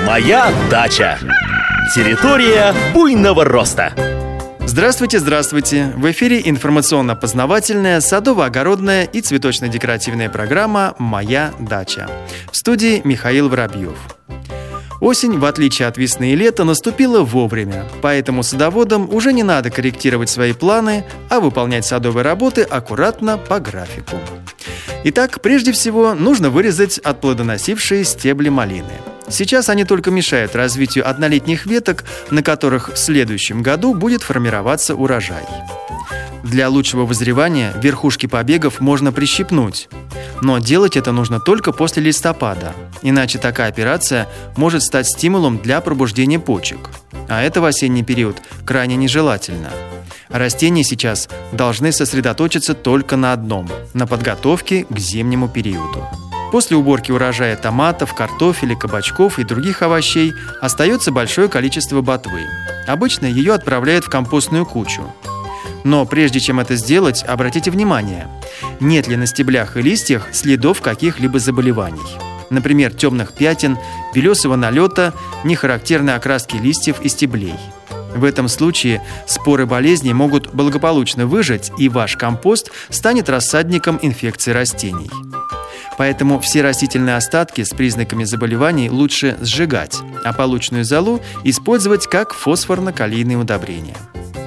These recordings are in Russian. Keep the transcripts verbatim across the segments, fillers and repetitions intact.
Моя дача. Территория буйного роста. Здравствуйте, здравствуйте! В эфире информационно-познавательная, садово-огородная и цветочно-декоративная программа «Моя дача». В студии Михаил Воробьев. Осень, в отличие от весны и лета, наступила вовремя, поэтому садоводам уже не надо корректировать свои планы, а выполнять садовые работы аккуратно по графику. Итак, прежде всего, нужно вырезать отплодоносившие стебли малины. Сейчас они только мешают развитию однолетних веток, на которых в следующем году будет формироваться урожай. Для лучшего вызревания верхушки побегов можно прищипнуть, но делать это нужно только после листопада, иначе такая операция может стать стимулом для пробуждения почек, а это в осенний период крайне нежелательно. Растения сейчас должны сосредоточиться только на одном – на подготовке к зимнему периоду. После уборки урожая томатов, картофеля, кабачков и других овощей остается большое количество ботвы. Обычно ее отправляют в компостную кучу. Но прежде чем это сделать, обратите внимание, нет ли на стеблях и листьях следов каких-либо заболеваний. Например, темных пятен, белесого налета, нехарактерной окраски листьев и стеблей. В этом случае споры болезни могут благополучно выжить, и ваш компост станет рассадником инфекций растений. Поэтому все растительные остатки с признаками заболеваний лучше сжигать, а полученную золу использовать как фосфорно-калийные удобрения.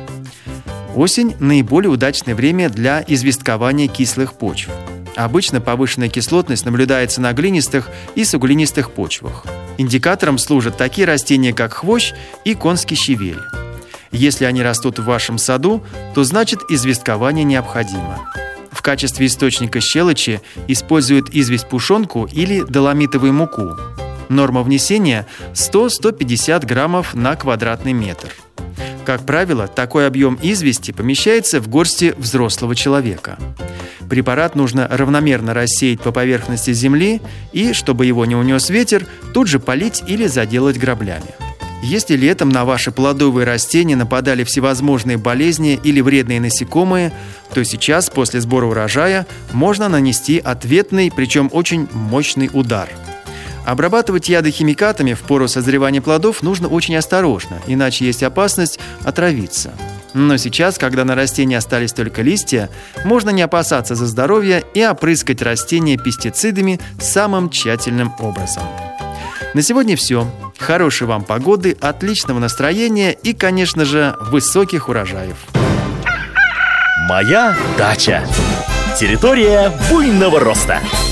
Осень – наиболее удачное время для известкования кислых почв. Обычно повышенная кислотность наблюдается на глинистых и суглинистых почвах. Индикатором служат такие растения, как хвощ и конский щавель. Если они растут в вашем саду, то значит известкование необходимо. В качестве источника щелочи используют известь-пушонку или доломитовую муку. Норма внесения сто - сто пятьдесят граммов на квадратный метр. Как правило, такой объем извести помещается в горсти взрослого человека. Препарат нужно равномерно рассеять по поверхности земли и, чтобы его не унес ветер, тут же полить или заделать граблями. Если летом на ваши плодовые растения нападали всевозможные болезни или вредные насекомые, то сейчас, после сбора урожая, можно нанести ответный, причем очень мощный удар. Обрабатывать яды химикатами в пору созревания плодов нужно очень осторожно, иначе есть опасность отравиться. Но сейчас, когда на растении остались только листья, можно не опасаться за здоровье и опрыскать растения пестицидами самым тщательным образом. На сегодня все. Хорошей вам погоды, отличного настроения и, конечно же, высоких урожаев. Моя дача. Территория буйного роста.